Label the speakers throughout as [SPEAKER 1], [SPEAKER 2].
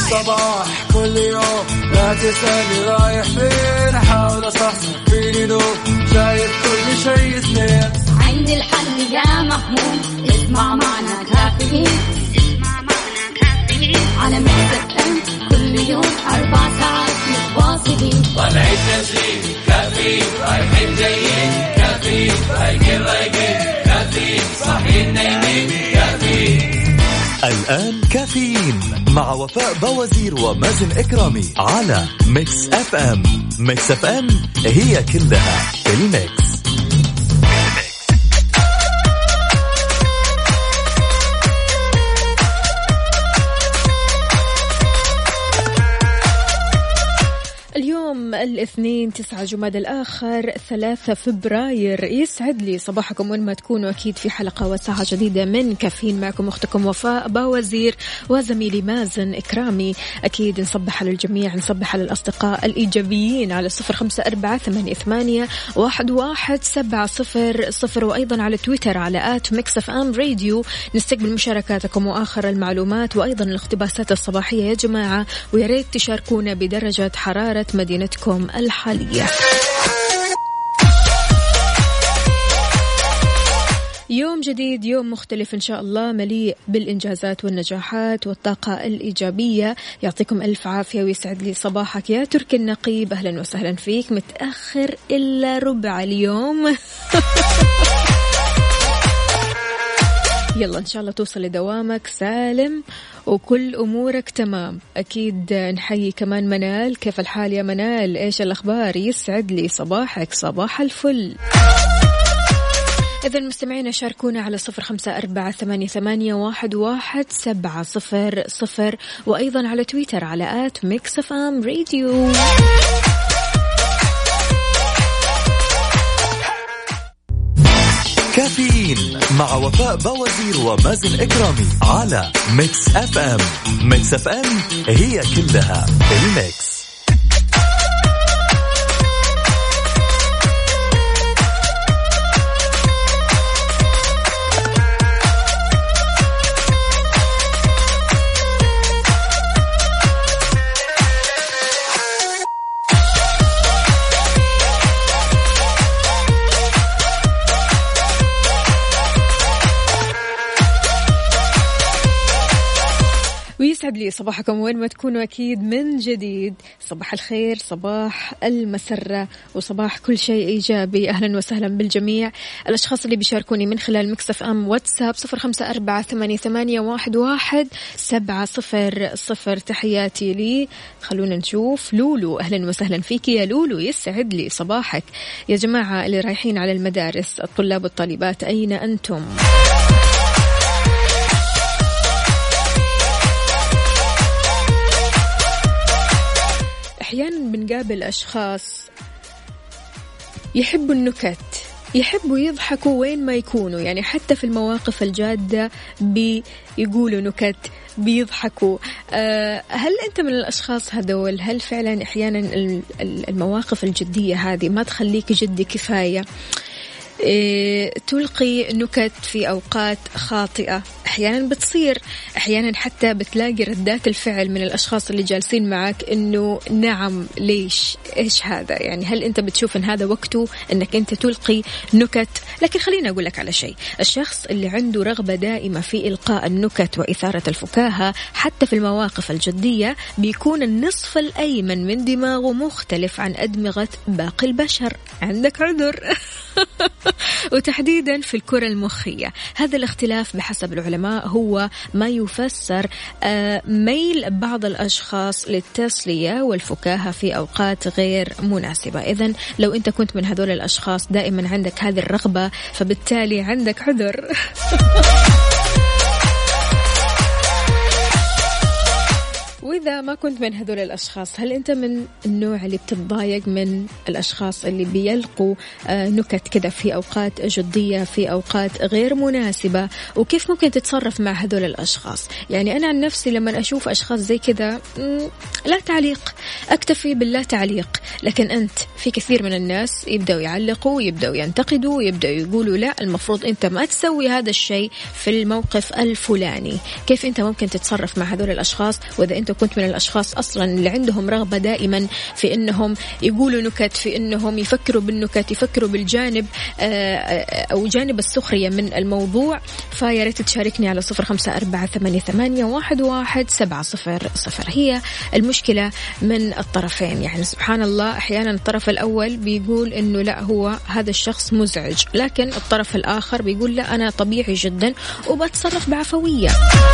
[SPEAKER 1] الصباح كل يوم لا تسألني رايح فين أحاول أصحصح فيني لو شايف كل شيء سنين
[SPEAKER 2] عندي الحل يا محمود اسمع معنا كافيين على مكتب كل يوم 4 ساعات متواصلين
[SPEAKER 3] طلعت تسليم كافيين رايحين جايين كافيين رايقين كافيين صاحيين نايمين كافيين.
[SPEAKER 4] الآن كافيين مع وفاء بوازير ومازن إكرامي على ميكس اف ام. ميكس اف ام هي كلها الميكس.
[SPEAKER 5] اليوم الاثنين 9 جماد الآخر 3 فبراير. يسعد لي صباحكم وين ما تكونوا. أكيد في حلقة وساعة جديدة من كافيين معكم أختكم وفاء باوزير وزميلي مازن إكرامي. أكيد نصبح على الجميع، نصبح على الأصدقاء الإيجابيين على 0548811700 وأيضا على تويتر على @mixfmradio. نستقبل مشاركاتكم وآخر المعلومات وأيضا الاقتباسات الصباحية يا جماعة، وياريت تشاركونا بدرجة حرارة مدينتكم الحالية. يوم جديد، يوم مختلف إن شاء الله، مليء بالإنجازات والنجاحات والطاقة الإيجابية. يعطيكم ألف عافية ويسعد لي صباحك يا تركي النقيب. أهلا وسهلا فيك، متأخر إلا ربع اليوم. يلا إن شاء الله توصل لدوامك سالم وكل أمورك تمام. أكيد نحيي كمان منال. كيف الحال يا منال؟ إيش الأخبار؟ يسعد لي صباحك، صباح الفل. إذن مستمعين شاركونا على 0548811700 وأيضا على تويتر على @mixfmradio.
[SPEAKER 4] كافيين مع وفاء بوازير ومازن إكرامي على ميكس اف ام. ميكس اف ام هي كلها الميكس.
[SPEAKER 5] يسعد لي صباحكم وين ما تكونوا. أكيد من جديد صباح الخير، صباح المسرة، وصباح كل شيء إيجابي. أهلا وسهلا بالجميع الأشخاص اللي بيشاركوني من خلال ميكس اف ام واتساب 0548811700. تحياتي لي. خلونا نشوف لولو. أهلا وسهلا فيك يا لولو، يسعد لي صباحك. يا جماعة اللي رايحين على المدارس، الطلاب والطالبات، أين أنتم؟ أحيانا بنقابل أشخاص يحبوا النكت، يحبوا يضحكوا وين ما يكونوا، يعني حتى في المواقف الجادة بيقولوا نكت، بيضحكوا. هل أنت من الأشخاص هذول؟ هل فعلا أحيانا المواقف الجدية هذه ما تخليك جدي كفاية؟ تلقي نكت في أوقات خاطئة، أحيانا بتصير، أحيانا حتى بتلاقي ردات الفعل من الأشخاص اللي جالسين معك إنه نعم ليش، إيش هذا؟ يعني هل أنت بتشوف إن هذا وقته إنك أنت تلقي نكت؟ لكن خليني أقول لك على شيء، الشخص اللي عنده رغبة دائمة في إلقاء النكت وإثارة الفكاهة حتى في المواقف الجدية بيكون النصف الأيمن من دماغه مختلف عن أدمغة باقي البشر. عندك عذر. وتحديدا في الكرة المخية. هذا الاختلاف بحسب العلماء هو ما يفسر ميل بعض الأشخاص للتسلية والفكاهة في أوقات غير مناسبة. إذن لو أنت كنت من هذول الأشخاص دائما عندك هذه الرغبة فبالتالي عندك عذر. وإذا ما كنت من هذول الأشخاص، هل أنت من النوع اللي بتتضايق من الأشخاص اللي بيلقوا نكت كذا في أوقات جدية، في أوقات غير مناسبة؟ وكيف ممكن تتصرف مع هذول الأشخاص؟ يعني أنا عن نفسي لما أشوف أشخاص زي كذا لا تعليق، أكتفي باللا تعليق. لكن أنت في كثير من الناس يبدأوا يعلقوا، يبدأوا ينتقدوا، يبدأوا يقولوا لا المفروض أنت ما تسوي هذا الشيء في الموقف الفلاني. كيف أنت ممكن تتصرف مع هذول الأشخاص؟ وإذا أنت كنت كنت من الأشخاص أصلا اللي عندهم رغبة دائما في إنهم يقولوا نكت، في إنهم يفكروا بالنكت، يفكروا بالجانب أو جانب السخرية من الموضوع، فيا ريت تشاركني على 0548811700. هي المشكلة من الطرفين، يعني سبحان الله أحيانا الطرف الأول بيقول إنه لا هو هذا الشخص مزعج، لكن الطرف الآخر بيقول لا أنا طبيعي جدا وبتصرف بعفوية.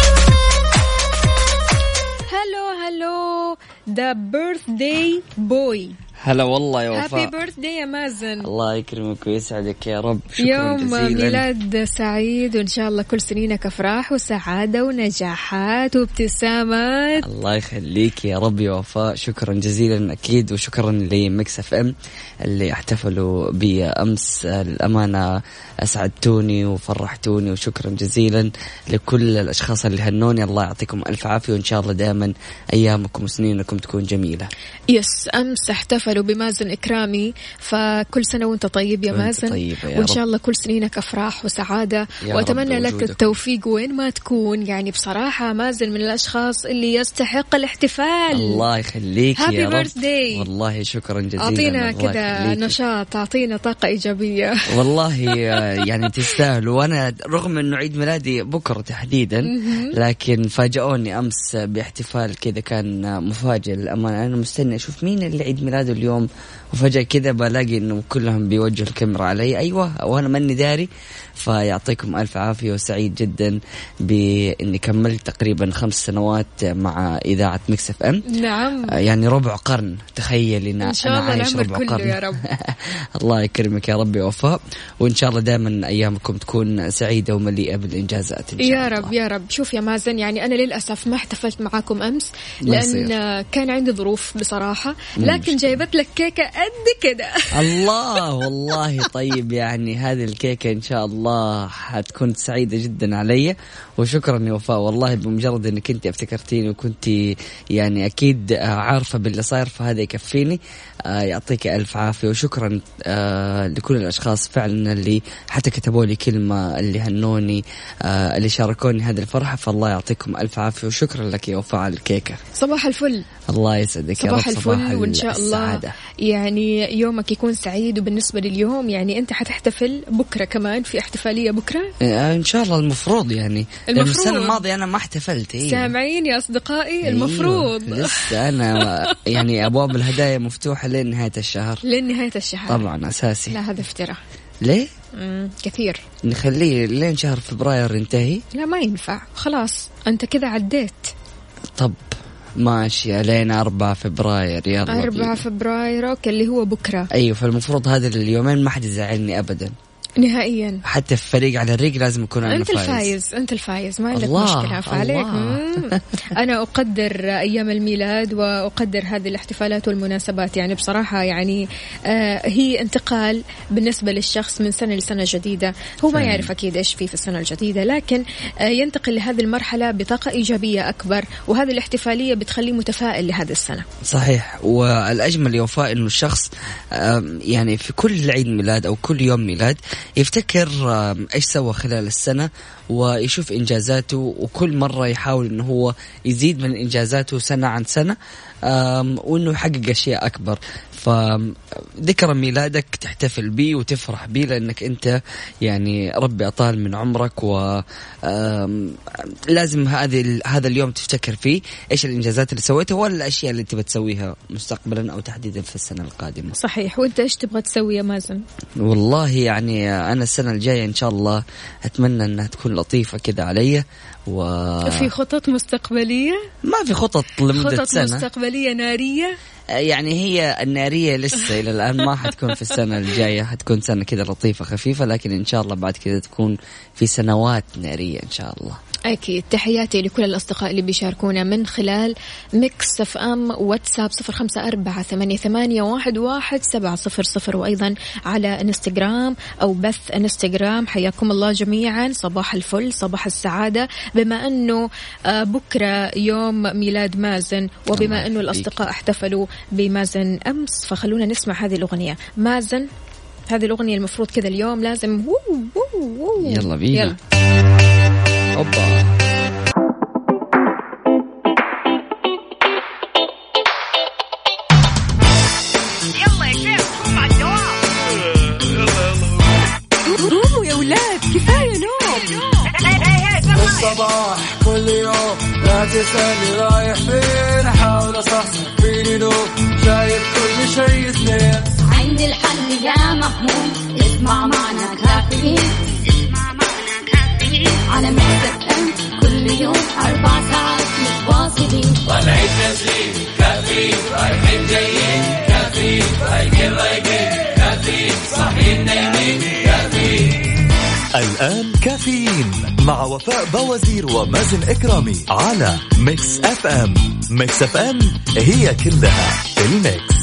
[SPEAKER 5] هلو the birthday boy.
[SPEAKER 6] هلا والله يا وفاء.
[SPEAKER 5] هابي بيرثدي يا مازن.
[SPEAKER 6] الله يكرمك ويسعدك يا رب.
[SPEAKER 5] يوم ميلاد سعيد وإن شاء الله كل سنينك أفراح وسعادة ونجاحات وابتسامات.
[SPEAKER 6] الله يخليك يا رب يا وفاء. شكرا جزيلا أكيد، وشكرا لميكس اف ام اللي احتفلوا بي أمس. الأمانة أسعدتوني وفرحتوني، وشكرا جزيلا لكل الأشخاص اللي هنوني. الله يعطيكم ألف عافية، وإن شاء الله دائما أيامكم وسنينكم تكون جميلة.
[SPEAKER 5] يس أمس احتفلوا بمازن إكرامي، فكل سنة وانت طيب يا مازن.
[SPEAKER 6] طيب يا
[SPEAKER 5] وإن شاء الله كل سنينك أفراح وسعادة، وأتمنى لك التوفيق وين ما تكون. يعني بصراحة مازن من الأشخاص اللي يستحق الاحتفال.
[SPEAKER 6] الله يخليك يا رب.
[SPEAKER 5] هابي بيرثداي.
[SPEAKER 6] والله شكرا جزيلا.
[SPEAKER 5] أعطينا كذا نشاط، أعطينا طاقة إيجابية.
[SPEAKER 6] والله يعني تستاهل. وأنا رغم أنه عيد ميلادي بكرة تحديدا، لكن فاجأوني أمس باحتفال كذا كان مفاجئ للأمانة. أنا مستني أشوف مين اللي عيد ميلاده اليوم، وفجأة كذا بلاقي إنه كلهم بيوجهوا الكاميرا علي. أيوة وأنا ماني داري. فيعطيكم ألف عافية، وسعيد جدا بإني كملت تقريبا 5 سنوات مع إذاعة ميكس اف ام.
[SPEAKER 5] نعم
[SPEAKER 6] يعني ربع قرن. تخيل إن أنا عايش ربع قرن.
[SPEAKER 5] يا رب.
[SPEAKER 6] الله يكرمك يا رب يا وفاء، وإن شاء الله دائما أيامكم تكون سعيدة ومليئة بالإنجازات إن شاء
[SPEAKER 5] يا
[SPEAKER 6] الله.
[SPEAKER 5] رب يا رب. شوف يا مازن، يعني أنا للأسف ما احتفلت معاكم أمس لأن كان عندي ظروف بصراحة، لكن جايبت لك كيكة قد كده.
[SPEAKER 6] الله والله طيب. يعني هذه الكيكة إن شاء الله حتكون سعيدة جدا علي، وشكرا يا وفاء. والله بمجرد أنك كنت افتكرتيني وكنت يعني أكيد عارفة باللي صاير، فهذا يكفيني. يعطيك ألف عافية، وشكرا لكل الأشخاص فعلا اللي حتى كتبوا لي كلمة، اللي هنوني، اللي شاركوني هذه الفرحة. فالله يعطيكم ألف عافية، وشكرا لك يا وفاء على الكيكة.
[SPEAKER 5] صباح الفل.
[SPEAKER 6] الله يسعدك يا رب.
[SPEAKER 5] صباح الفل، وإن شاء الله يعني يومك يكون سعيد. وبالنسبة لليوم يعني أنت حتحتفل بكرة كمان، في احتفالية بكرة
[SPEAKER 6] إن شاء الله. المفروض يعني السنة الماضية أنا ما احتفلت.
[SPEAKER 5] سامعين يا أصدقائي؟ المفروض
[SPEAKER 6] لسه أنا يعني أبواب الهدايا مفتوحة لين نهاية الشهر.
[SPEAKER 5] لين نهاية الشهر
[SPEAKER 6] طبعا أساسي.
[SPEAKER 5] لا هذا افتراء.
[SPEAKER 6] ليه؟
[SPEAKER 5] كثير.
[SPEAKER 6] نخليه لين شهر فبراير ينتهي.
[SPEAKER 5] لا ما ينفع، خلاص أنت كذا عديت.
[SPEAKER 6] طب ماشي لين 4 فبراير. يلا
[SPEAKER 5] 4 فبراير أوكي، اللي هو بكرة.
[SPEAKER 6] أيوة، فالمفروض هذا اليومين ما حد يزعلني أبدا
[SPEAKER 5] نهائيا.
[SPEAKER 6] حتى في فريق على الريق لازم يكون أنا
[SPEAKER 5] فايز. أنت الفايز ما عندك مشكلة. فعليك أنا أقدر أيام الميلاد وأقدر هذه الاحتفالات والمناسبات. يعني بصراحة يعني هي انتقال بالنسبة للشخص من سنة لسنة جديدة. هو ما يعرف أكيد إيش في السنة الجديدة، لكن ينتقل لهذه المرحلة بطاقة إيجابية أكبر، وهذه الاحتفالية بتخليه متفائل لهذه السنة.
[SPEAKER 6] صحيح. والأجمل يا وفاء إنه الشخص يعني في كل عيد ميلاد أو كل يوم ميلاد يفتكر إيش سوى خلال السنة، ويشوف إنجازاته، وكل مرة يحاول إنه هو يزيد من إنجازاته سنة عن سنة، وإنه يحقق أشياء أكبر. فذكرى ميلادك تحتفل بيه وتفرح بيه، لأنك أنت يعني ربي أطال من عمرك، ولازم هذا اليوم تفتكر فيه إيش الإنجازات اللي سويتها ولا الأشياء اللي تبغى تسويها مستقبلا أو تحديدا في السنة القادمة.
[SPEAKER 5] صحيح. وأنت إيش تبغى تسوي يا مازن؟
[SPEAKER 6] والله يعني أنا السنة الجاية إن شاء الله أتمنى أنها تكون لطيفة كده علي.
[SPEAKER 5] في خطط مستقبلية؟
[SPEAKER 6] ما في خطط لمدة
[SPEAKER 5] خطط
[SPEAKER 6] سنة.
[SPEAKER 5] مستقبلية نارية؟
[SPEAKER 6] يعني هي النارية لسه إلى الآن ما حتكون في السنة الجاية، حتكون سنة كده لطيفة خفيفة، لكن إن شاء الله بعد كده تكون في سنوات نارية إن شاء الله.
[SPEAKER 5] أكيد. تحياتي لكل الأصدقاء اللي بيشاركونا من خلال ميكس اف ام واتساب 0548811700، وأيضا على انستغرام أو بث انستغرام. حياكم الله جميعا. صباح الفل، صباح السعادة. بما أنه بكرة يوم ميلاد مازن، وبما أنه الأصدقاء احتفلوا بمازن أمس، فخلونا نسمع هذه الأغنية. مازن، هذه الأغنية المفروض كذا اليوم لازم
[SPEAKER 6] يلا بينا. أوبا.
[SPEAKER 1] لا تسألني رايح فين أحاول أصحصح فيني لو شايف كل شيء سنين.
[SPEAKER 2] عندي الحل يا محمود اسمع معنا كافيين على ميكس اف ام كل يوم 4 ساعات متواصلين.
[SPEAKER 3] طلعت تسليم كافيين رايحين جايين كافيين رايقين رايقين كافيين صاحيين نايمين كافيين.
[SPEAKER 4] الآن كافيين مع وفاء بوازير ومازن إكرامي على ميكس اف ام. ميكس اف ام هي كلها الميكس.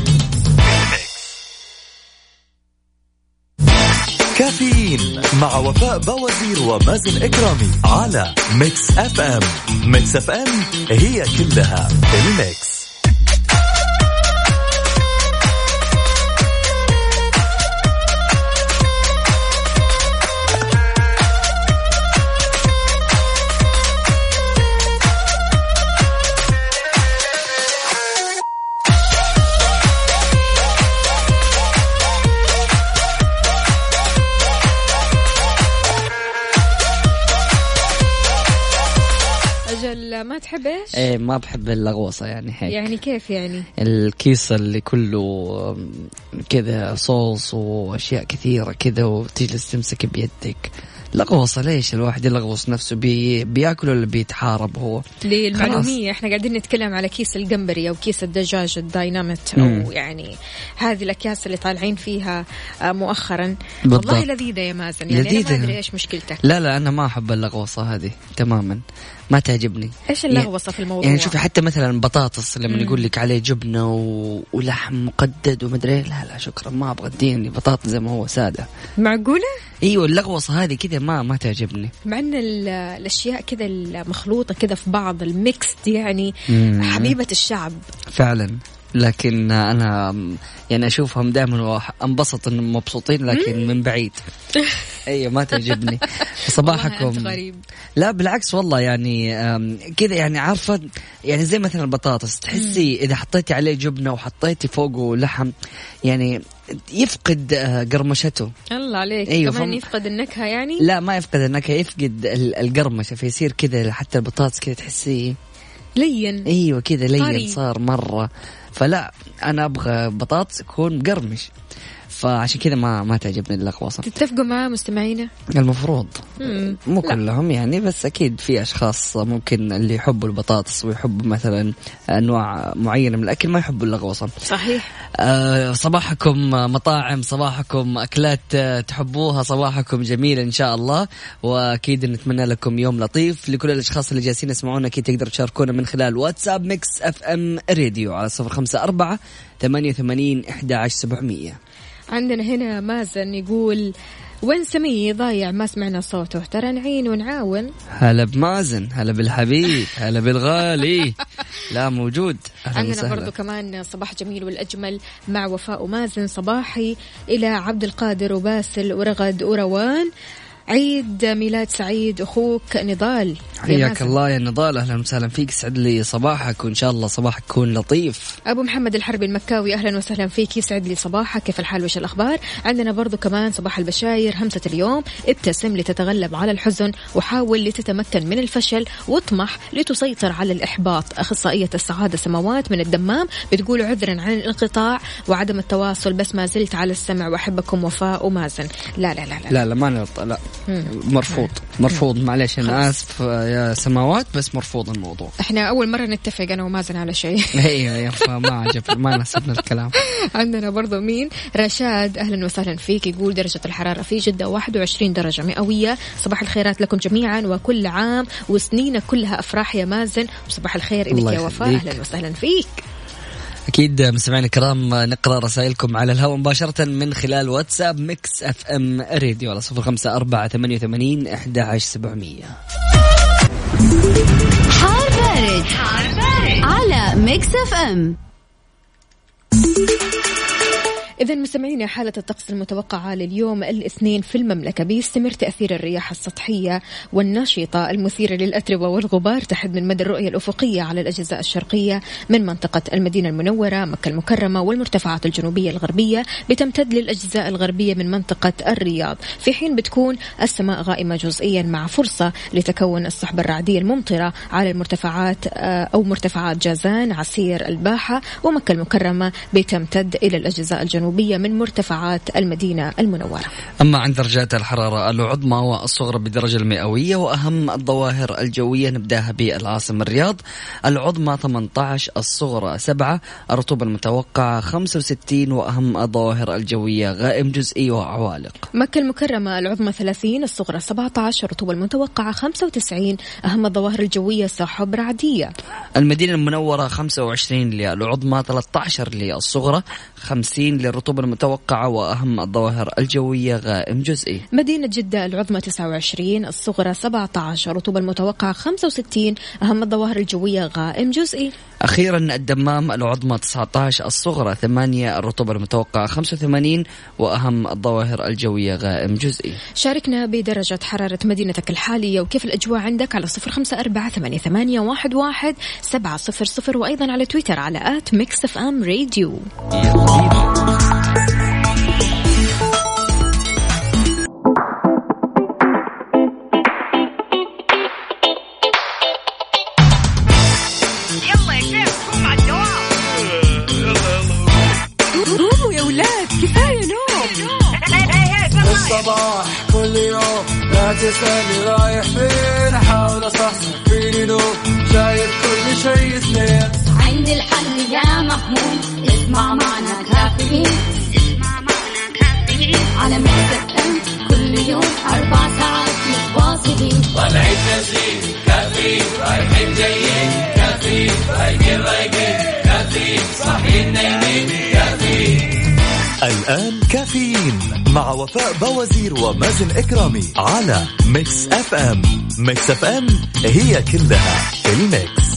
[SPEAKER 4] كافيين مع وفاء بوازير ومازن إكرامي على ميكس اف ام. ميكس اف ام هي كلها الميكس.
[SPEAKER 5] ما تحب ايش؟
[SPEAKER 6] ايه ما بحب اللغوصة يعني هيك.
[SPEAKER 5] يعني كيف يعني؟
[SPEAKER 6] الكيس اللي كله كذا صوص واشياء كثيرة كذا وتجلس تمسك بيدك. لغوصة ليش الواحد يلغوص نفسه؟ بياكل ولا بيتحارب هو؟
[SPEAKER 5] للمعلومية احنا قاعدين نتكلم على كيس الجمبري أو كيس الدجاج الدايناميت أو يعني هذه الأكياس اللي طالعين فيها مؤخرا.
[SPEAKER 6] بالضبط.
[SPEAKER 5] والله لذيذة يا مازن، يعني
[SPEAKER 6] لذيذة.
[SPEAKER 5] أنا ما أدري إيش مشكلتك.
[SPEAKER 6] لا أنا ما أحب اللغوصة هذه تماما، ما تعجبني.
[SPEAKER 5] إيش اللغوصة في الموضوع؟
[SPEAKER 6] يعني شوفي حتى مثلا بطاطس لما يقول لك عليه جبنة ولحم مقدد ومدري، لا شكرا ما أبغى، اديني بطاطس زي ما هو سادة.
[SPEAKER 5] معقولة؟
[SPEAKER 6] ايوه اللغوصة هذه كذا ما تعجبني.
[SPEAKER 5] مع ان الاشياء كذا المخلوطة كذا في بعض الميكس يعني حبيبة الشعب
[SPEAKER 6] فعلا، لكن انا يعني اشوفهم دائما وانبسط انهم مبسوطين لكن من بعيد. ايوه ما تعجبني. صباحكم.
[SPEAKER 5] غريب.
[SPEAKER 6] لا بالعكس والله يعني كذا يعني عارفة يعني زي مثلا البطاطس تحسي اذا حطيتي عليه جبنة وحطيتي فوقه لحم يعني يفقد قرمشته.
[SPEAKER 5] الله عليك.
[SPEAKER 6] أيوة
[SPEAKER 5] كمان يفقد النكهة يعني.
[SPEAKER 6] لا ما يفقد النكهة، يفقد القرمشة، فيصير كذا حتى البطاطس كذا تحسيه
[SPEAKER 5] لين.
[SPEAKER 6] ايوه كذا لين
[SPEAKER 5] طري.
[SPEAKER 6] صار مرة. فلا انا ابغى بطاطس يكون قرمش، فعشان كذا ما تعجبني اللغوصة.
[SPEAKER 5] تتفقوا مع مستمعينا؟
[SPEAKER 6] المفروض مو
[SPEAKER 5] لا.
[SPEAKER 6] كلهم يعني، بس أكيد في أشخاص ممكن اللي يحبوا البطاطس ويحبوا مثلا أنواع معينة من الأكل ما يحبوا اللغوصة.
[SPEAKER 5] صحيح.
[SPEAKER 6] صباحكم مطاعم، صباحكم أكلات تحبوها، صباحكم جميل إن شاء الله، وأكيد نتمنى لكم يوم لطيف. لكل الأشخاص اللي جالسين يسمعونا أكيد تقدروا تشاركونا من خلال واتساب ميكس اف ام راديو على 0548811700.
[SPEAKER 5] عندنا هنا مازن يقول وين سمي ضايع ما سمعنا صوته، ترى نعين ونعاون.
[SPEAKER 6] هلا بمازن، هلا بالحبيب، هلا بالغالي. لا موجود.
[SPEAKER 5] عندنا برضو كمان صباح جميل والأجمل مع وفاء ومازن. صباحي إلى عبد القادر وباسل ورغد وروان، عيد ميلاد سعيد أخوك نضال.
[SPEAKER 6] حياك الله يا نضال، أهلا وسهلا فيك، سعد لي صباحك وإن شاء الله صباحك يكون لطيف.
[SPEAKER 5] أبو محمد الحربي المكاوي أهلا وسهلا فيك، يسعد لي صباحك، كيف الحال وش الأخبار؟ عندنا برضو كمان صباح البشاير، همسة اليوم، ابتسم لتتغلب على الحزن وحاول لتتمكن من الفشل واطمح لتسيطر على الإحباط. أخصائية السعادة سماوات من الدمام بتقول عذرا عن الانقطاع وعدم التواصل، بس ما زلت على السمع وأحبكم وفاء ومازن. لا لا لا لا,
[SPEAKER 6] لا, لا ما نرضى، لا مرفوض معلش أنا آسف يا سماوات، بس مرفوض الموضوع.
[SPEAKER 5] احنا أول مرة نتفق أنا ومازن على شيء.
[SPEAKER 6] ايوه فما عجب، ما نسبنا الكلام.
[SPEAKER 5] عندنا برضو مين؟ رشاد أهلا وسهلا فيك، يقول درجة الحرارة في جدة 21 درجة مئوية. صباح الخيرات لكم جميعا وكل عام وسنينك كلها أفراح يا مازن، وصباح الخير إليك يا وفاء. أهلا وسهلا فيك.
[SPEAKER 6] أكيد مستمعينا الكرام نقرأ رسائلكم على الهواء مباشرة من خلال واتساب ميكس اف ام راديو على 0548811700.
[SPEAKER 2] حار بارد على ميكس اف ام.
[SPEAKER 5] إذا مستمعينا، حالة الطقس المتوقعة لليوم الاثنين في المملكة بيستمر تأثير الرياح السطحية والنشطة المثيرة للأتربة والغبار تحد من مدى الرؤية الأفقية على الأجزاء الشرقية من منطقة المدينة المنورة، مكة المكرمة والمرتفعات الجنوبية الغربية، بتمتد للأجزاء الغربية من منطقة الرياض، في حين بتكون السماء غائمة جزئيا مع فرصة لتكون السحب الرعدية الممطرة على المرتفعات أو مرتفعات جازان، عسير، الباحة ومكة المكرمة، بتمتد إلى الأجزاء الجنوبية من مرتفعات المدينة المنورة.
[SPEAKER 6] أما عن درجات الحرارة، العظمى والصغرى بالدرجة المئوية، وأهم الظواهر الجوية نبدأها بالعاصمة الرياض. العظمى 18، الصغرى 7، الرطوبة المتوقعة 65، وأهم الظواهر الجوية غائم جزئي وعوالق.
[SPEAKER 5] مكة المكرمة العظمى 30، الصغرى 17، الرطوبة المتوقعة 95، أهم الظواهر الجوية سحب رعدية.
[SPEAKER 6] المدينة المنورة 25 للعظمى، 13 للصغرى، 50 للرطوبة المتوقعة، وأهم الظواهر الجوية غائم جزئي.
[SPEAKER 5] مدينة جدة العظمى 29، الصغرى 17، الرطوبة المتوقعة 65، أهم الظواهر الجوية غائم جزئي.
[SPEAKER 6] أخيرا الدمام العظمى 19، الصغرى 8، الرطوبة المتوقعة 85، وأهم الظواهر الجوية غائم جزئي.
[SPEAKER 5] شاركنا بدرجة حرارة مدينتك الحالية وكيف الأجواء عندك على 0548811700، وأيضا على تويتر على @mixfmradio.
[SPEAKER 1] الصباح كل يوم لا تسألني رايح فين، أحاول أصحصح فيني نوم، شايف كل شيء سنين،
[SPEAKER 2] عندي الحل يا محمود، اسمع معنا كافيين، على مكتب كل يوم 4 ساعات متواصلين،
[SPEAKER 3] طلعت تسليم كافيين، رايحين جايين كافيين، رايقين كافيين، صاحيين نايمين كافيين.
[SPEAKER 4] الآن كافيين مع وفاء بوازير ومازن إكرامي على ميكس اف ام. ميكس اف ام هي كلها الميكس.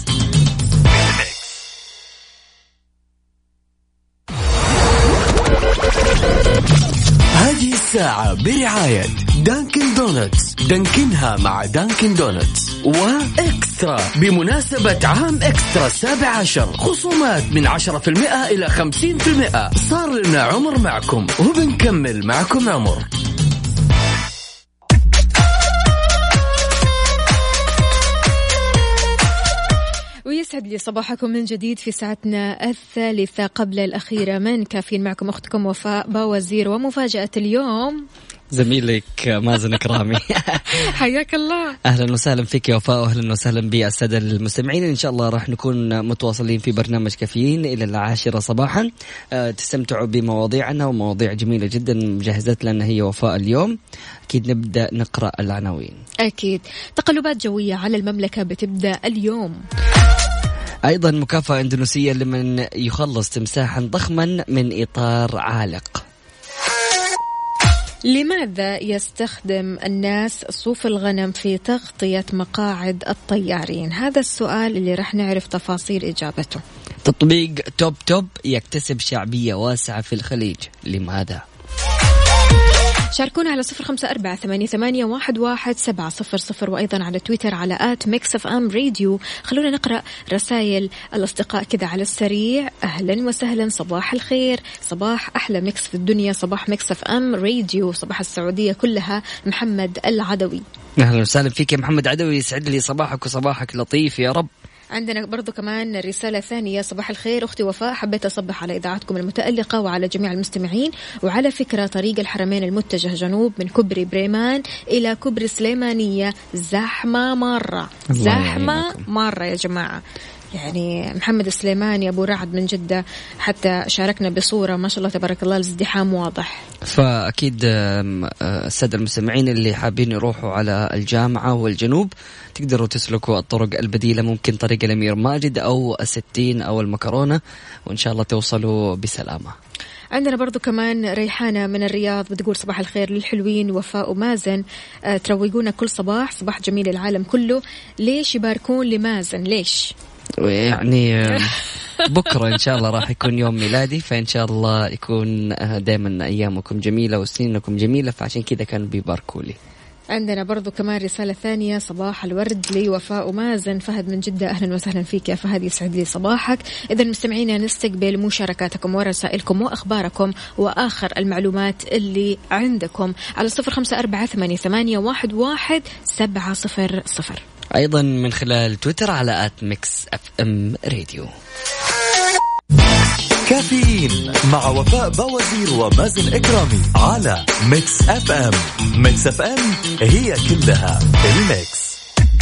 [SPEAKER 4] هذه الساعة برعاية دانكن دونتس، دانكنها مع دانكن دونتس، وإكسترا بمناسبة عام إكسترا 17، خصومات من 10% إلى 50%. صار لنا عمر معكم وبنكمل معكم عمر.
[SPEAKER 5] ويسعد لي صباحكم من جديد في ساعتنا الثالثة قبل الأخيرة من كافيين، معكم أختكم وفاء باوزير، ومفاجأة اليوم
[SPEAKER 6] زميلك مازن إكرامي.
[SPEAKER 5] حياك الله.
[SPEAKER 6] أهلا وسهلا فيك يا وفاء، وأهلا وسهلا بالسادة المستمعين. إن شاء الله راح نكون متواصلين في برنامج كافيين إلى 10 صباحا. تستمتعوا بمواضيعنا ومواضيع جميلة جدا مجهزت لنا هي وفاء اليوم. أكيد نبدأ نقرأ العناوين.
[SPEAKER 5] أكيد. تقلبات جوية على المملكة بتبدأ اليوم.
[SPEAKER 6] أيضا مكافأة إندونيسية لمن يخلص تمساحا ضخما من إطار عالق.
[SPEAKER 5] لماذا يستخدم الناس صوف الغنم في تغطية مقاعد الطيارين؟ هذا السؤال اللي رح نعرف تفاصيل إجابته.
[SPEAKER 6] تطبيق توب توب يكتسب شعبية واسعة في الخليج، لماذا؟
[SPEAKER 5] شاركونا على 0548811700، وأيضا على تويتر على @mixfmradio. خلونا نقرأ رسائل الأصدقاء كذا على السريع. أهلا وسهلا، صباح الخير، صباح أحلى ميكس في الدنيا، صباح ميكس اف ام راديو، صباح السعودية كلها. محمد العدوي.
[SPEAKER 6] أهلا وسهلا فيك يا محمد عدوي، يسعد لي صباحك وصباحك لطيف يا رب.
[SPEAKER 5] عندنا برضو كمان رسالة ثانية. صباح الخير أختي وفاء، حبيت أصبح على إذاعتكم المتألقة وعلى جميع المستمعين. وعلى فكرة طريق الحرمين المتجه جنوب من كوبري بريمان إلى كوبري سليمانية زحمة مرة، زحمة مرة يا جماعة. يعني محمد السليماني أبو رعد من جدة حتى شاركنا بصورة ما شاء الله تبارك الله، الازدحام واضح.
[SPEAKER 6] فأكيد السادة المستمعين اللي حابين يروحوا على الجامعة والجنوب تقدروا تسلكوا الطرق البديلة، ممكن طريق الأمير ماجد أو 60 أو المكرونة، وإن شاء الله توصلوا بسلامة.
[SPEAKER 5] عندنا برضو كمان ريحانة من الرياض بتقول صباح الخير للحلوين وفاء ومازن، تروقونا كل صباح، صباح جميل العالم كله. ليش يباركون لمازن؟ ليش؟
[SPEAKER 6] يعني بكرة إن شاء الله راح يكون يوم ميلادي، فإن شاء الله يكون دائما أيامكم جميلة وسنينكم جميلة، فعشان كذا كانوا بيباركوا لي.
[SPEAKER 5] عندنا برضو كمان رسالة ثانية، صباح الورد لي وفاء ومازن. فهد من جدة، أهلا وسهلا فيك يا فهد، يسعد لي صباحك. إذا مستمعينا نستقبل مشاركاتكم ورسائلكم وأخباركم وآخر المعلومات اللي عندكم على 0548811700.
[SPEAKER 6] أيضا من خلال تويتر على @mixfm radio.
[SPEAKER 7] كافيين مع وفاء بوازير ومازن إكرامي على ميكس اف ام. ميكس اف ام هي كلها الميكس.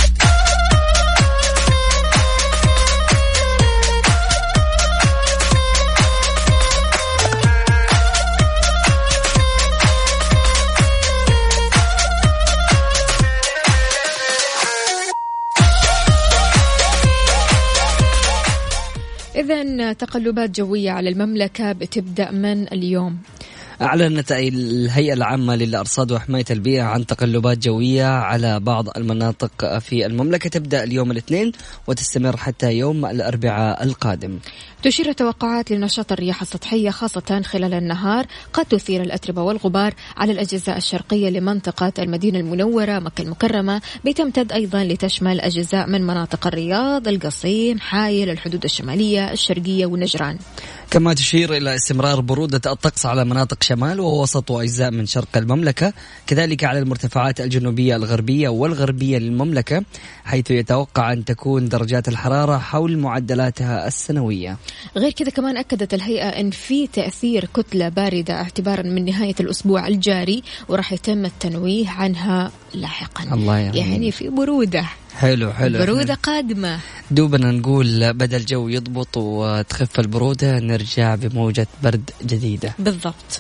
[SPEAKER 5] إذن تقلبات جوية على المملكة بتبدأ من اليوم.
[SPEAKER 6] أعلنت الهيئة العامة للأرصاد وحماية البيئة عن تقلبات جوية على بعض المناطق في المملكة تبدأ اليوم الاثنين وتستمر حتى يوم الأربعاء القادم.
[SPEAKER 5] تشير التوقعات لنشاط الرياح السطحية خاصة خلال النهار قد تثير الأتربة والغبار على الأجزاء الشرقية لمنطقة المدينة المنورة مكة المكرمة، بتمتد أيضا لتشمل أجزاء من مناطق الرياض، القصيم، حائل، الحدود الشمالية، الشرقية ونجران.
[SPEAKER 6] كما تشير إلى استمرار برودة الطقس على مناطق شمال ووسط وأجزاء من شرق المملكة، كذلك على المرتفعات الجنوبية الغربية والغربية للمملكة، حيث يتوقع أن تكون درجات الحرارة حول معدلاتها السنوية.
[SPEAKER 5] غير كذا كمان أكدت الهيئة أن في تأثير كتلة باردة اعتبارا من نهاية الأسبوع الجاري، وراح يتم التنويه عنها لاحقا.
[SPEAKER 6] الله
[SPEAKER 5] يعني في برودة.
[SPEAKER 6] حلو
[SPEAKER 5] برودة قادمة.
[SPEAKER 6] دوبنا نقول بدل الجو يضبط وتخف البرودة نرجع بموجة برد جديدة.
[SPEAKER 5] بالضبط.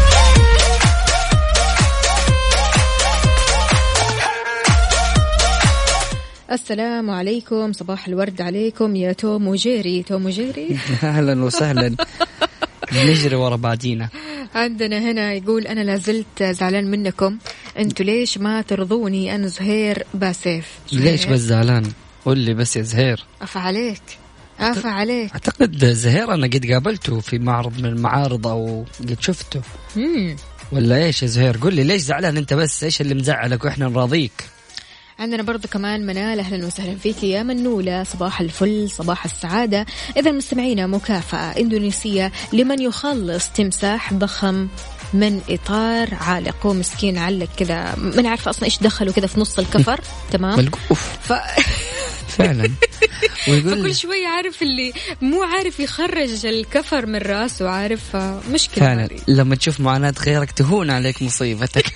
[SPEAKER 5] السلام عليكم، صباح الورد عليكم يا توم وجيري. توم وجيري
[SPEAKER 6] أهلا وسهلا. نجري ورا بعدينا.
[SPEAKER 5] عندنا هنا يقول أنا لازلت زعلان منكم، أنتوا ليش ما ترضوني أنا زهير باسيف؟
[SPEAKER 6] ليش بس زعلان؟ قول لي بس يا زهير.
[SPEAKER 5] عفا عليك عفا عليك.
[SPEAKER 6] أعتقد زهير أنا قد قابلته في معرض من المعارض أو قد شفته. ولا إيش يا زهير؟ قول لي ليش زعلان أنت بس؟ إيش اللي مزعلك وإحنا نراضيك؟
[SPEAKER 5] عندنا برضو كمان منال، أهلا وسهلا فيك يا منولة، صباح الفل صباح السعادة. إذا مستمعينا مكافأة إندونيسية لمن يخلص تمساح ضخم من إطار عالق. هو مسكين علق كذا، ما نعرف أصلا إيش دخله كذا في نص الكفر. تمام.
[SPEAKER 6] ملقوف فعلا. ويقول
[SPEAKER 5] كل شوي عارف اللي مو عارف يخرج الكفر من راسه، عارف مشكلة
[SPEAKER 6] فعلا
[SPEAKER 5] هذه.
[SPEAKER 6] لما تشوف معاناة غيرك تهون عليك مصيبتك.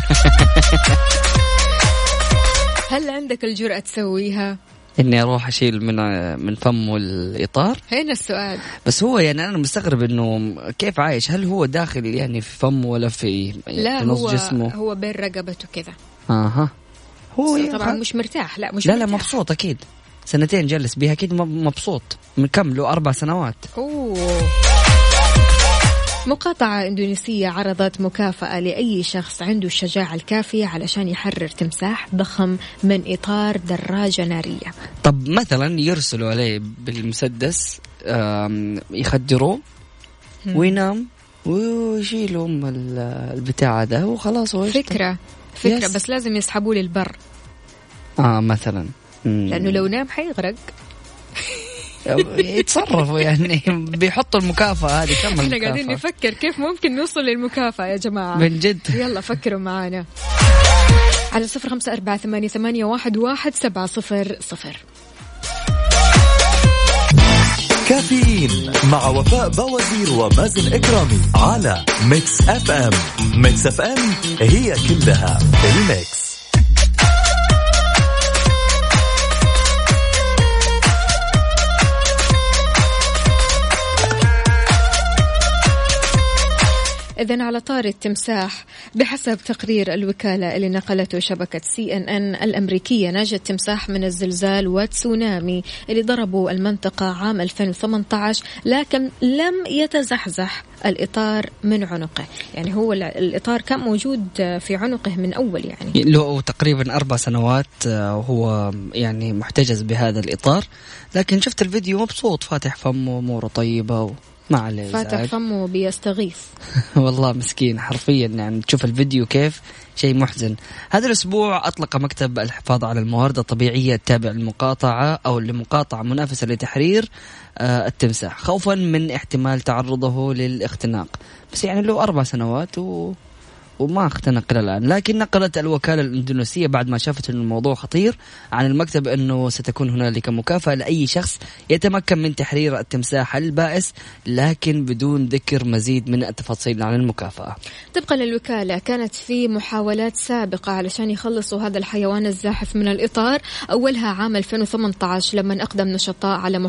[SPEAKER 5] هل عندك الجرأة تسويها؟
[SPEAKER 6] إني أروح أشيل من فمه الإطار؟
[SPEAKER 5] هنا السؤال.
[SPEAKER 6] بس هو يعني أنا مستغرب إنه كيف عايش، هل هو داخل يعني في فمه ولا في نص جسمه؟
[SPEAKER 5] هو بين رقبته كذا.
[SPEAKER 6] هو
[SPEAKER 5] طبعا مش مرتاح. لا
[SPEAKER 6] مبسوط أكيد، 2 جلس بيها أكيد مبسوط، مكمله 4 سنوات.
[SPEAKER 5] مقاطعة إندونيسية عرضت مكافأة لأي شخص عنده الشجاعة الكافية علشان يحرر تمساح ضخم من إطار دراجة نارية.
[SPEAKER 6] طب مثلا يرسلوا عليه بالمسدس، يخدروه وينام ويشيلوا البتاع ده وخلاص.
[SPEAKER 5] فكرة بس لازم يسحبوا لي البر
[SPEAKER 6] مثلا،
[SPEAKER 5] لأنه لو نام حيغرق.
[SPEAKER 6] يتصرفوا يعني بيحطوا المكافأة هذه. كم
[SPEAKER 5] احنا قاعدين نفكر كيف ممكن نوصل للمكافأة يا جماعة
[SPEAKER 6] من جد.
[SPEAKER 5] يلا فكروا معانا على 0548811700.
[SPEAKER 7] كافيين مع وفاء بوازير ومازن إكرامي على ميكس اف ام. ميكس اف ام هي كلها الميكس.
[SPEAKER 5] إذن على طاري التمساح، بحسب تقرير الوكالة اللي نقلته شبكة CNN الأمريكية، نجا التمساح من الزلزال وتسونامي اللي ضربوا المنطقة عام 2018، لكن لم يتزحزح الإطار من عنقه. يعني هو الإطار كان موجود في عنقه من أول، يعني
[SPEAKER 6] له تقريبا 4 سنوات وهو يعني محتجز بهذا الإطار، لكن شفت الفيديو مبسوط فاتح فمه أموره طيبة ما عليه،
[SPEAKER 5] فاتح فمه بيستغيث.
[SPEAKER 6] والله مسكين حرفيا، يعني تشوف الفيديو كيف شيء محزن. هذا الأسبوع أطلق مكتب الحفاظ على الموارد الطبيعية التابع للمقاطعة أو لمقاطعة منافسة لتحرير التمساح خوفا من احتمال تعرضه للاختناق، بس يعني له 4 سنوات وما اختنق إلى الآن. لكن نقلت الوكالة الإندونيسية بعد ما شافت أن الموضوع خطير عن المكتب أنه ستكون هنالك مكافأة لأي شخص يتمكن من تحرير التمساح البائس، لكن بدون ذكر مزيد من التفاصيل عن المكافأة.
[SPEAKER 5] طبقا للوكالة كانت في محاولات سابقة علشان يخلصوا هذا الحيوان الزاحف من الإطار، أولها عام 2018 لما أقدم نشطاء على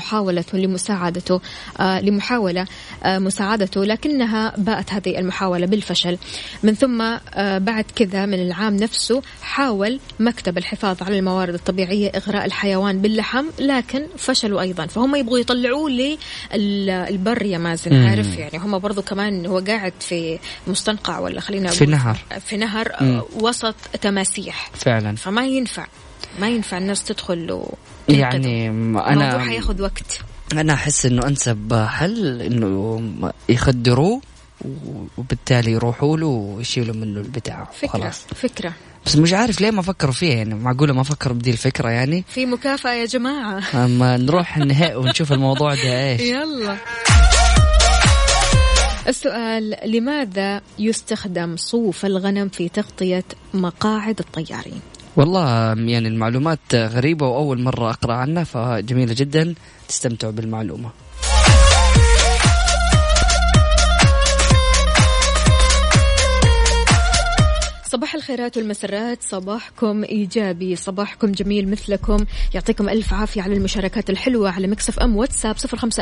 [SPEAKER 5] مساعدته، لكنها باءت هذه المحاولة بالفشل. من ثم بعد كذا من العام نفسه حاول مكتب الحفاظ على الموارد الطبيعية إغراء الحيوان باللحم، لكن فشلوا أيضا. فهم يبغوا يطلعوه للبر يا مازن، عارف يعني هم برضو كمان هو قاعد في مستنقع ولا خلينا في نهر وسط تماسيح
[SPEAKER 6] فعلا،
[SPEAKER 5] فما ينفع الناس تدخل له،
[SPEAKER 6] يعني
[SPEAKER 5] الموضوع حياخد وقت.
[SPEAKER 6] أنا أحس إنه أنسب حل إنه يخدروه وبالتالي يروحوا له ويشيلوا منه البتاع.
[SPEAKER 5] فكرة
[SPEAKER 6] بس مش عارف ليه ما فكروا فيها، يعني معقولة ما فكروا بدي الفكرة، يعني
[SPEAKER 5] في مكافأة يا جماعة.
[SPEAKER 6] أما نروح النهائي ونشوف الموضوع ده إيش.
[SPEAKER 5] يلا السؤال: لماذا يستخدم صوف الغنم في تغطية مقاعد الطيارين؟
[SPEAKER 6] والله يعني المعلومات غريبة وأول مرة أقرأ عنها، فجميلة جدا، تستمتعوا بالمعلومة.
[SPEAKER 5] صباح الخيرات والمسرات، صباحكم إيجابي، صباحكم جميل مثلكم. يعطيكم ألف عافية على المشاركات الحلوة على ميكس اف ام واتساب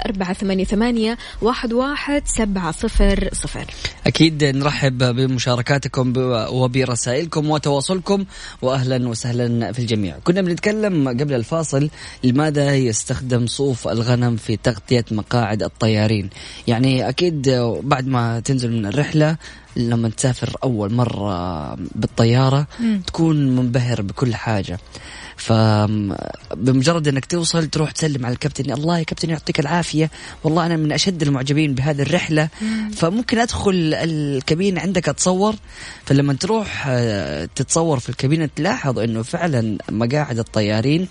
[SPEAKER 5] 0548811700.
[SPEAKER 6] أكيد نرحب بمشاركاتكم وبرسائلكم وتواصلكم، وأهلا وسهلا في الجميع. كنا بنتكلم قبل الفاصل لماذا يستخدم صوف الغنم في تغطية مقاعد الطيارين. يعني أكيد بعد ما تنزل من الرحلة لما تسافر أول مرة بالطيارة تكون منبهر بكل حاجة، فبمجرد أنك توصل تروح تسلم على الكابتن، الله يا كابتن يعطيك العافية، والله أنا من أشد المعجبين بهذه الرحلة، فممكن أدخل الكابينة عندك أتصور. فلما تروح تتصور في الكابينة تلاحظ أنه فعلا مقاعد الطيارين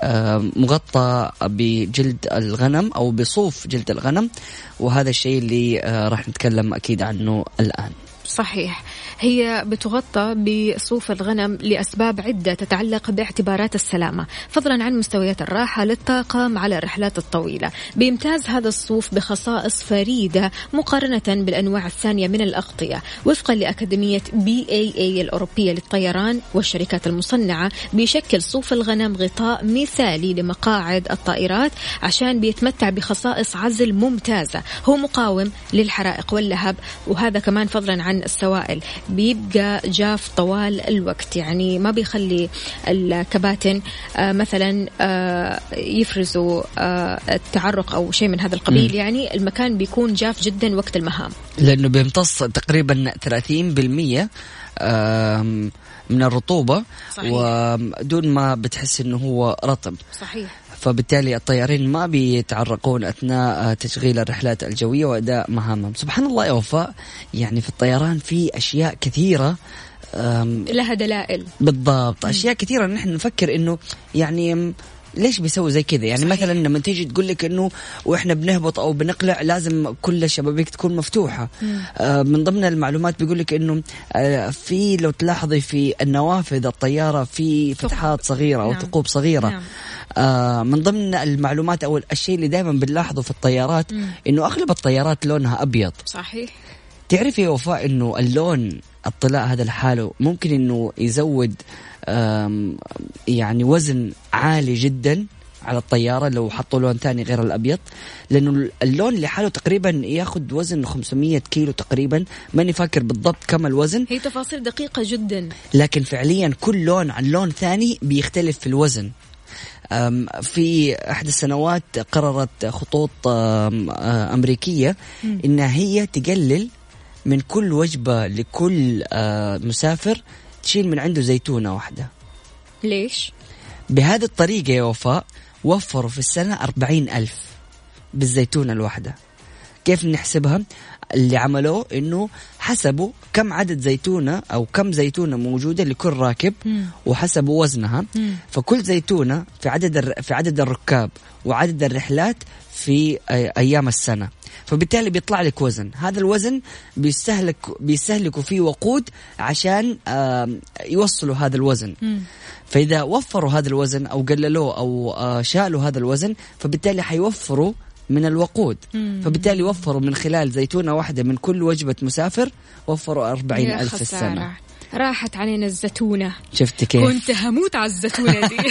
[SPEAKER 6] مغطى بجلد الغنم أو بصوف جلد الغنم، وهذا الشيء اللي راح نتكلم أكيد عنه الآن.
[SPEAKER 5] صحيح، هي بتغطى بصوف الغنم لأسباب عدة تتعلق باعتبارات السلامة، فضلا عن مستويات الراحة للطاقم على الرحلات الطويلة. بيمتاز هذا الصوف بخصائص فريدة مقارنة بالأنواع الثانية من الأغطية. وفقا لأكاديمية BAA الأوروبية للطيران والشركات المصنعة، بيشكل صوف الغنم غطاء مثالي لمقاعد الطائرات عشان بيتمتع بخصائص عزل ممتازة، هو مقاوم للحرائق واللهب، وهذا كمان فضلا عن السوائل، بيبقى جاف طوال الوقت، يعني ما بيخلي الكباتن مثلا يفرزوا التعرق أو شيء من هذا القبيل. يعني المكان بيكون جاف جدا وقت المهام،
[SPEAKER 6] لأنه بيمتص تقريبا 30% من الرطوبة. صحيح. ودون ما بتحس إنه هو رطب.
[SPEAKER 5] صحيح.
[SPEAKER 6] فبالتالي الطيارين ما بيتعرقون أثناء تشغيل الرحلات الجوية وأداء مهامهم. سبحان الله يا وفاء، يعني في الطيران في أشياء كثيرة
[SPEAKER 5] لها دلائل.
[SPEAKER 6] بالضبط، أشياء كثيرة نحن نفكر إنه يعني ليش بيسوي زي كذا. يعني صحيح. مثلا لما تيجي تقول لك إنه وإحنا بنهبط أو بنقلع لازم كل الشبابيك تكون مفتوحة. من ضمن المعلومات بيقول لك إنه في لو تلاحظي في النوافذ الطيارة في فتحات صغيرة أو ثقوب صغيرة. نعم. من ضمن المعلومات أو الشيء اللي دائما بنلاحظه في الطيارات إنه أغلب الطيارات لونها أبيض.
[SPEAKER 5] صحيح.
[SPEAKER 6] تعرفي يا وفاء إنه اللون الطلاء هذا لحاله ممكن إنه يزود يعني وزن عالي جدا على الطيارة لو حطوا لون ثاني غير الأبيض، لأنه اللون لحاله تقريبا ياخد وزن 500 كيلو تقريبا، ماني فاكر بالضبط كم الوزن.
[SPEAKER 5] هي تفاصيل دقيقة جدا،
[SPEAKER 6] لكن فعليا كل لون عن لون ثاني بيختلف في الوزن. في أحد السنوات قررت خطوط أمريكية إنها هي تقلل من كل وجبة لكل مسافر تشيل من عنده زيتونة واحدة.
[SPEAKER 5] ليش؟
[SPEAKER 6] بهذه الطريقة يا وفاء وفروا في السنة 40,000 بالزيتونة الواحدة. كيف نحسبها؟ اللي عملوه إنه حسبوا كم عدد زيتونة أو كم زيتونة موجودة لكل راكب وحسبوا وزنها. فكل زيتونة في عدد الركاب وعدد الرحلات في أيام السنة، فبالتالي بيطلع لك وزن. هذا الوزن بيستهلكوا فيه وقود عشان يوصلوا هذا الوزن. فإذا وفروا هذا الوزن أو قللوه أو شالوا هذا الوزن، فبالتالي حيوفروا من الوقود. فبالتالي وفروا من خلال زيتونة واحدة من كل وجبة مسافر، وفروا 40,000 في السنة.
[SPEAKER 5] راحت علينا الزيتونة.
[SPEAKER 6] شفت كيف؟
[SPEAKER 5] كنت هموت على الزيتونة دي.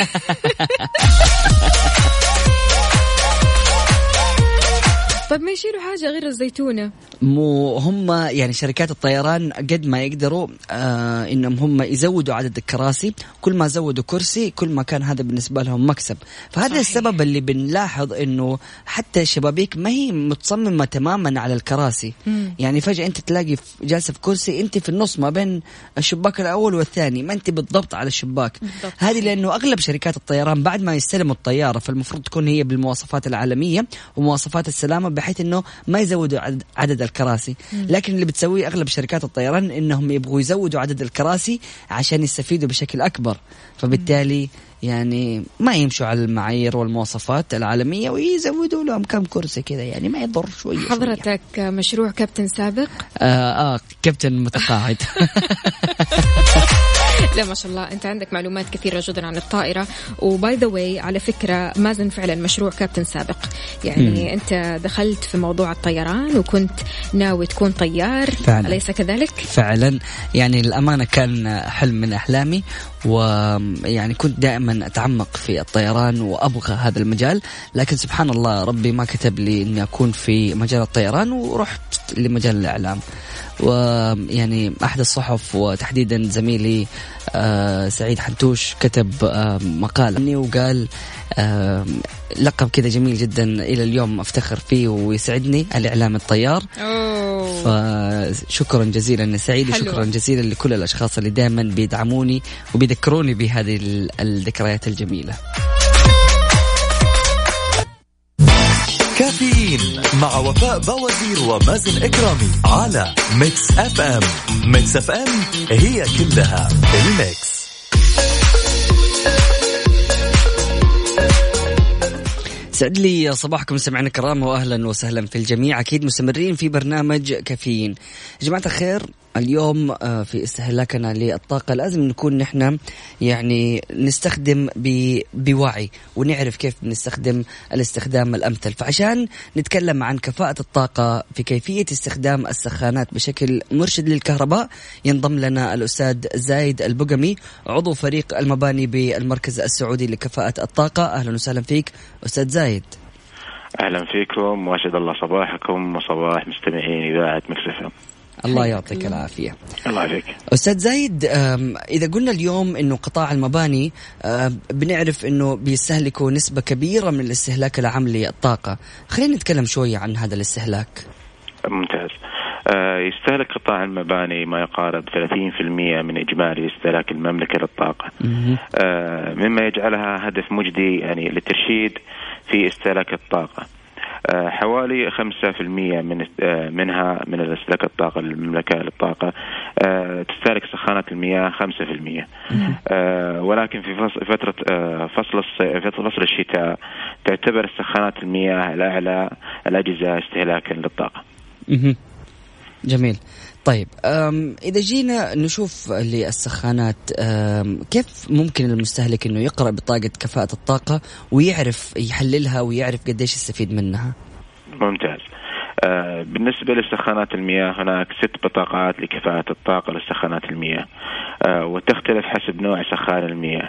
[SPEAKER 5] طب ما يشيلوا حاجة غير الزيتونة؟
[SPEAKER 6] مو هم يعني شركات الطيران قد ما يقدروا إنهم هم يزودوا عدد الكراسي. كل ما زودوا كرسي كل ما كان هذا بالنسبة لهم مكسب. فهذا صحيح. السبب اللي بنلاحظ إنه حتى الشبابيك ما هي متصممة تماما على الكراسي. يعني فجأة أنت تلاقي جالسة في كرسي أنت في النص ما بين الشباك الأول والثاني، ما أنت بالضبط على الشباك. هذه لأنه أغلب شركات الطيران بعد ما يستلموا الطيارة فالمفروض تكون هي بالمواصفات العالمية ومواصفات السلامة بحيث إنه ما يزودوا عدد الكراسي. لكن اللي بتسويه أغلب شركات الطيران إنهم يبغوا يزودوا عدد الكراسي عشان يستفيدوا بشكل أكبر. فبالتالي يعني ما يمشوا على المعايير والمواصفات العالمية ويزودوا لهم كم كرسي كذا، يعني ما يضر شوية.
[SPEAKER 5] حضرتك مشروع كابتن سابق؟
[SPEAKER 6] كابتن متقاعد.
[SPEAKER 5] لا ما شاء الله أنت عندك معلومات كثيرة جدا عن الطائرة. وباي ذا واي على فكرة مازن فعلا مشروع كابتن سابق، يعني أنت دخلت في موضوع الطيران وكنت ناوي تكون طيار فعلا. أليس كذلك؟
[SPEAKER 6] فعلا يعني الأمانة كان حلم من أحلامي، ويعني كنت دائما أتعمق في الطيران وأبغى هذا المجال، لكن سبحان الله ربي ما كتب لي أني أكون في مجال الطيران ورحت لمجال الإعلام. ويعني أحد الصحف وتحديدا زميلي سعيد حنتوش كتب مقال عني وقال لقب كذا جميل جدا إلى اليوم أفتخر فيه ويسعدني، الإعلام الطيار. فشكرا جزيلا يا سعيد، وشكرا جزيلا لكل الأشخاص اللي دائما بيدعموني وبيذكروني بهذه الذكريات الجميلة.
[SPEAKER 7] كافيين مع وفاء بوازير ومازن إكرامي على ميكس اف ام. ميكس اف ام هي كلها الميكس.
[SPEAKER 6] سعد لي صباحكم سمعنا الكرام وأهلا وسهلا في الجميع. أكيد مستمرين في برنامج كافيين. جماعة الخير، اليوم في استهلاكنا للطاقة لازم نكون نحن يعني نستخدم بوعي ونعرف كيف نستخدم الاستخدام الأمثل. فعشان نتكلم عن كفاءة الطاقة في كيفية استخدام السخانات بشكل مرشد للكهرباء ينضم لنا الأستاذ زايد البقمي، عضو فريق المباني بالمركز السعودي لكفاءة الطاقة. أهلا وسهلا فيك أستاذ زايد.
[SPEAKER 8] أهلا فيكم وأسعد الله صباحكم وصباح مستمعين إذاعة ميكس اف ام.
[SPEAKER 6] الله يعطيك العافية.
[SPEAKER 8] الله يعافيك
[SPEAKER 6] أستاذ زايد. إذا قلنا اليوم إنه قطاع المباني بنعرف إنه بيستهلكوا نسبة كبيرة من الاستهلاك العام للطاقة، خلينا نتكلم شوية عن هذا الاستهلاك.
[SPEAKER 8] ممتاز. يستهلك قطاع المباني ما يقارب 30% من إجمالي استهلاك المملكة للطاقة، مما يجعلها هدف مجدي يعني للترشيد في استهلاك الطاقة. حوالي 5% منها من استهلاك الطاقة المملكة للطاقة تستهلك سخانات المياه 5%. ولكن في فترة فصل الشتاء تعتبر السخانات المياه الأعلى الأجهزة استهلاكا للطاقة.
[SPEAKER 6] جميل. طيب إذا جينا نشوف للسخانات كيف ممكن المستهلك إنه يقرأ بطاقة كفاءة الطاقة ويعرف يحللها ويعرف قديش يستفيد منها؟
[SPEAKER 8] ممتاز. بالنسبة لسخانات المياه هناك 6 بطاقات لكفاءة الطاقة لسخانات المياه، وتختلف حسب نوع سخان المياه.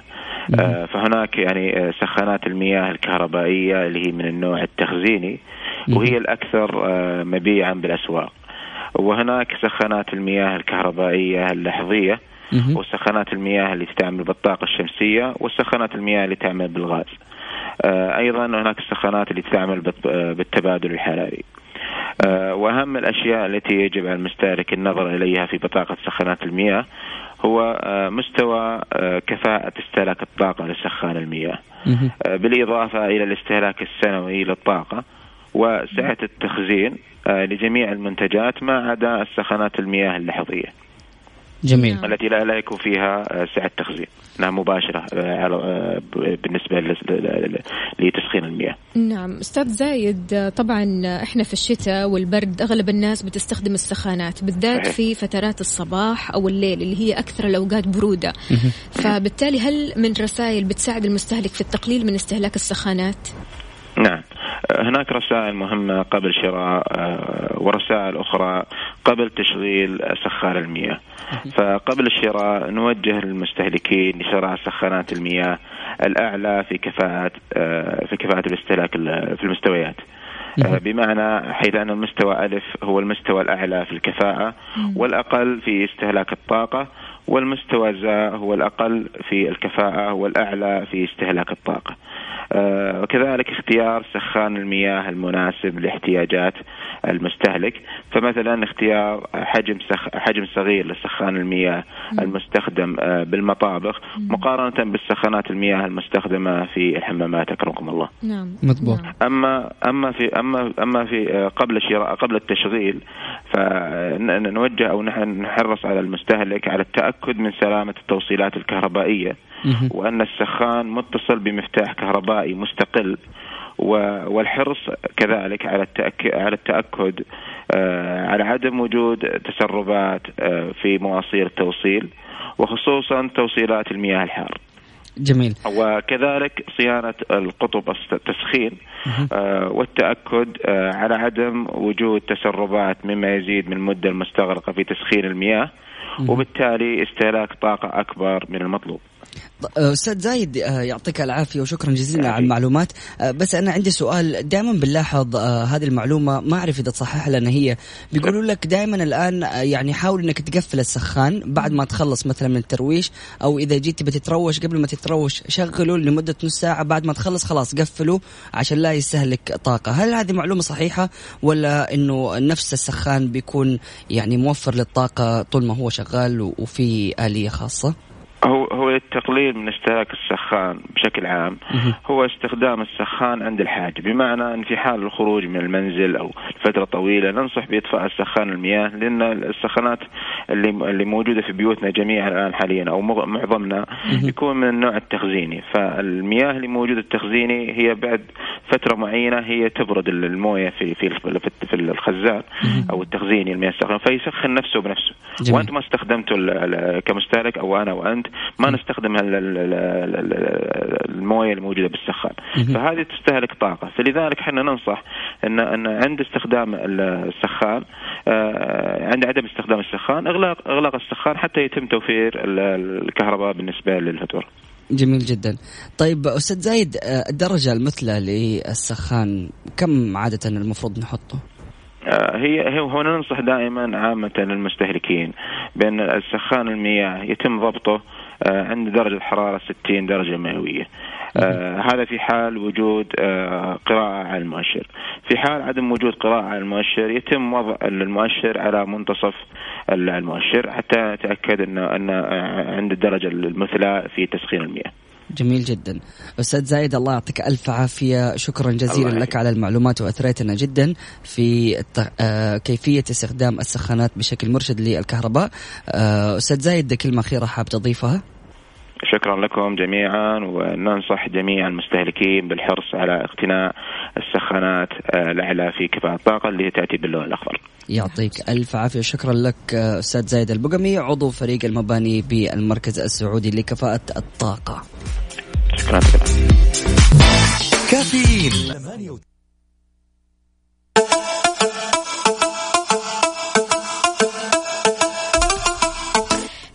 [SPEAKER 8] فهناك يعني سخانات المياه الكهربائية اللي هي من النوع التخزيني وهي الأكثر مبيعا بالأسواق، وهناك سخانات المياه الكهربائية اللحظية وسخانات المياه اللي تعمل بالطاقة الشمسية وسخانات المياه اللي تعمل بالغاز. أيضا هناك السخانات اللي تعمل بالتبادل الحراري. وأهم الأشياء التي يجب على المستهلك النظر إليها في بطاقة سخانات المياه هو مستوى كفاءة استهلاك الطاقة لسخان المياه، بالإضافة إلى الاستهلاك السنوي للطاقة وسعة التخزين لجميع المنتجات ما عدا السخانات المياه اللحظية.
[SPEAKER 6] جميل.
[SPEAKER 8] التي لا يكون فيها سعة تخزين انها مباشرة بالنسبة لتسخين المياه.
[SPEAKER 5] نعم أستاذ زايد، طبعا إحنا في الشتاء والبرد أغلب الناس بتستخدم السخانات بالذات في فترات الصباح أو الليل اللي هي أكثر الأوقات برودة، فبالتالي هل من رسائل بتساعد المستهلك في التقليل من استهلاك السخانات؟
[SPEAKER 8] نعم، هناك رسائل مهمة قبل شراء ورسائل أخرى قبل تشغيل سخان المياه. فقبل الشراء نوجه المستهلكين لشراء سخانات المياه الأعلى في كفاءة الاستهلاك في المستويات، بمعنى حيث أن المستوى ألف هو المستوى الأعلى في الكفاءة والأقل في استهلاك الطاقة، والمستوى زا هو الأقل في الكفاءة والأعلى في استهلاك الطاقة. وكذلك اختيار سخان المياه المناسب لاحتياجات المستهلك، فمثلا اختيار حجم صغير لسخان المياه المستخدم بالمطابخ مقارنة بالسخانات المياه المستخدمة في الحمامات أكرمكم الله.
[SPEAKER 5] نعم
[SPEAKER 6] مضبوط.
[SPEAKER 8] أما في قبل الشراء قبل التشغيل فنوجه أو نحرص على المستهلك على التأكد من سلامة التوصيلات الكهربائية، وأن السخان متصل بمفتاح كهربائي مستقل، والحرص كذلك على التأكد على عدم وجود تسربات في مواصيل التوصيل وخصوصا توصيلات المياه الحار.
[SPEAKER 6] جميل.
[SPEAKER 8] وكذلك صيانة القطب التسخين والتأكد على عدم وجود تسربات مما يزيد من المدة المستغرقة في تسخين المياه وبالتالي استهلاك طاقة أكبر من المطلوب.
[SPEAKER 6] أستاذ زايد يعطيك العافية وشكرا جزيلا على المعلومات. بس أنا عندي سؤال، دائما بنلاحظ هذه المعلومة ما أعرف إذا تصحح لأن هي بيقولوا لك دائما الآن يعني حاول إنك تقفل السخان بعد ما تخلص مثلا من الترويش، أو إذا جيت بتتروش قبل ما تتروش شغله لمدة نص ساعة، بعد ما تخلص خلاص قفله عشان لا يستهلك طاقة. هل هذه معلومة صحيحة ولا إنه نفس السخان بيكون يعني موفر للطاقة طول ما هو شغال وفي آلية خاصة؟
[SPEAKER 8] هو التقليل من استهلاك السخان بشكل عام هو استخدام السخان عند الحاجة، بمعنى أن في حال الخروج من المنزل أو فترة طويلة ننصح بإطفاء السخان المياه، لأن السخانات اللي موجودة في بيوتنا جميعا الآن حاليا أو معظمنا يكون من النوع التخزيني، فالمياه اللي موجودة التخزيني هي بعد فترة معينة هي تبرد الموية في الخزان أو التخزيني المياه السخنة فيسخن نفسه بنفسه. جميل. وأنت ما استخدمته كمستهلك أو أنا وأنت ما نستخدم المويه الموجوده بالسخان، فهذه تستهلك طاقه. فلذلك احنا ننصح ان عند استخدام السخان عند عدم استخدام السخان اغلاق السخان حتى يتم توفير الكهرباء بالنسبه للفاتوره.
[SPEAKER 6] جميل جدا. طيب أستاذ زايد، الدرجه المثلى للسخان كم عاده المفروض نحطه؟
[SPEAKER 8] هنا ننصح دائما عامة المستهلكين بأن السخان المياه يتم ضبطه عند درجة حرارة 60 درجة مئوية. هذا في حال وجود قراءة على المؤشر. في حال عدم وجود قراءة على المؤشر يتم وضع المؤشر على منتصف المؤشر حتى نتأكد أن عند الدرجة المثلى في تسخين المياه.
[SPEAKER 6] جميل جدا. أستاذ زايد الله يعطيك ألف عافية، شكرا جزيلا لك على المعلومات وأثريتنا جدا في كيفية استخدام السخانات بشكل مرشد للكهرباء. أستاذ زايد كلمة أخيرة حاب تضيفها؟
[SPEAKER 8] شكرا لكم جميعا، وننصح جميع المستهلكين بالحرص على اقتناء السخانات الأعلى في كفاءة الطاقة اللي تأتي باللون الأخضر.
[SPEAKER 6] يعطيك ألف عافية. شكرا لك أستاذ زايد البقمي، عضو فريق المباني بالمركز السعودي لكفاءة الطاقة.
[SPEAKER 8] شكرا.
[SPEAKER 7] كافيين.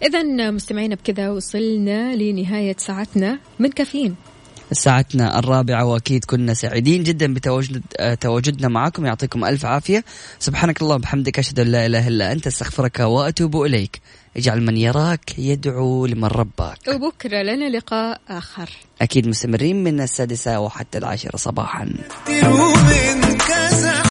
[SPEAKER 5] إذا مستمعينا بكذا وصلنا لنهاية ساعتنا من كافيين،
[SPEAKER 6] ساعتنا الرابعة، وأكيد كنا سعيدين جدا بتواجدنا معكم. يعطيكم ألف عافية. سبحانك اللهم وبحمدك، أشهد أن لا إله إلا أنت، استغفرك وأتوب إليك. اجعل من يراك يدعو لمن رباك.
[SPEAKER 5] وبكرة لنا لقاء آخر
[SPEAKER 6] أكيد مستمرين من 6 وحتى 10 صباحا.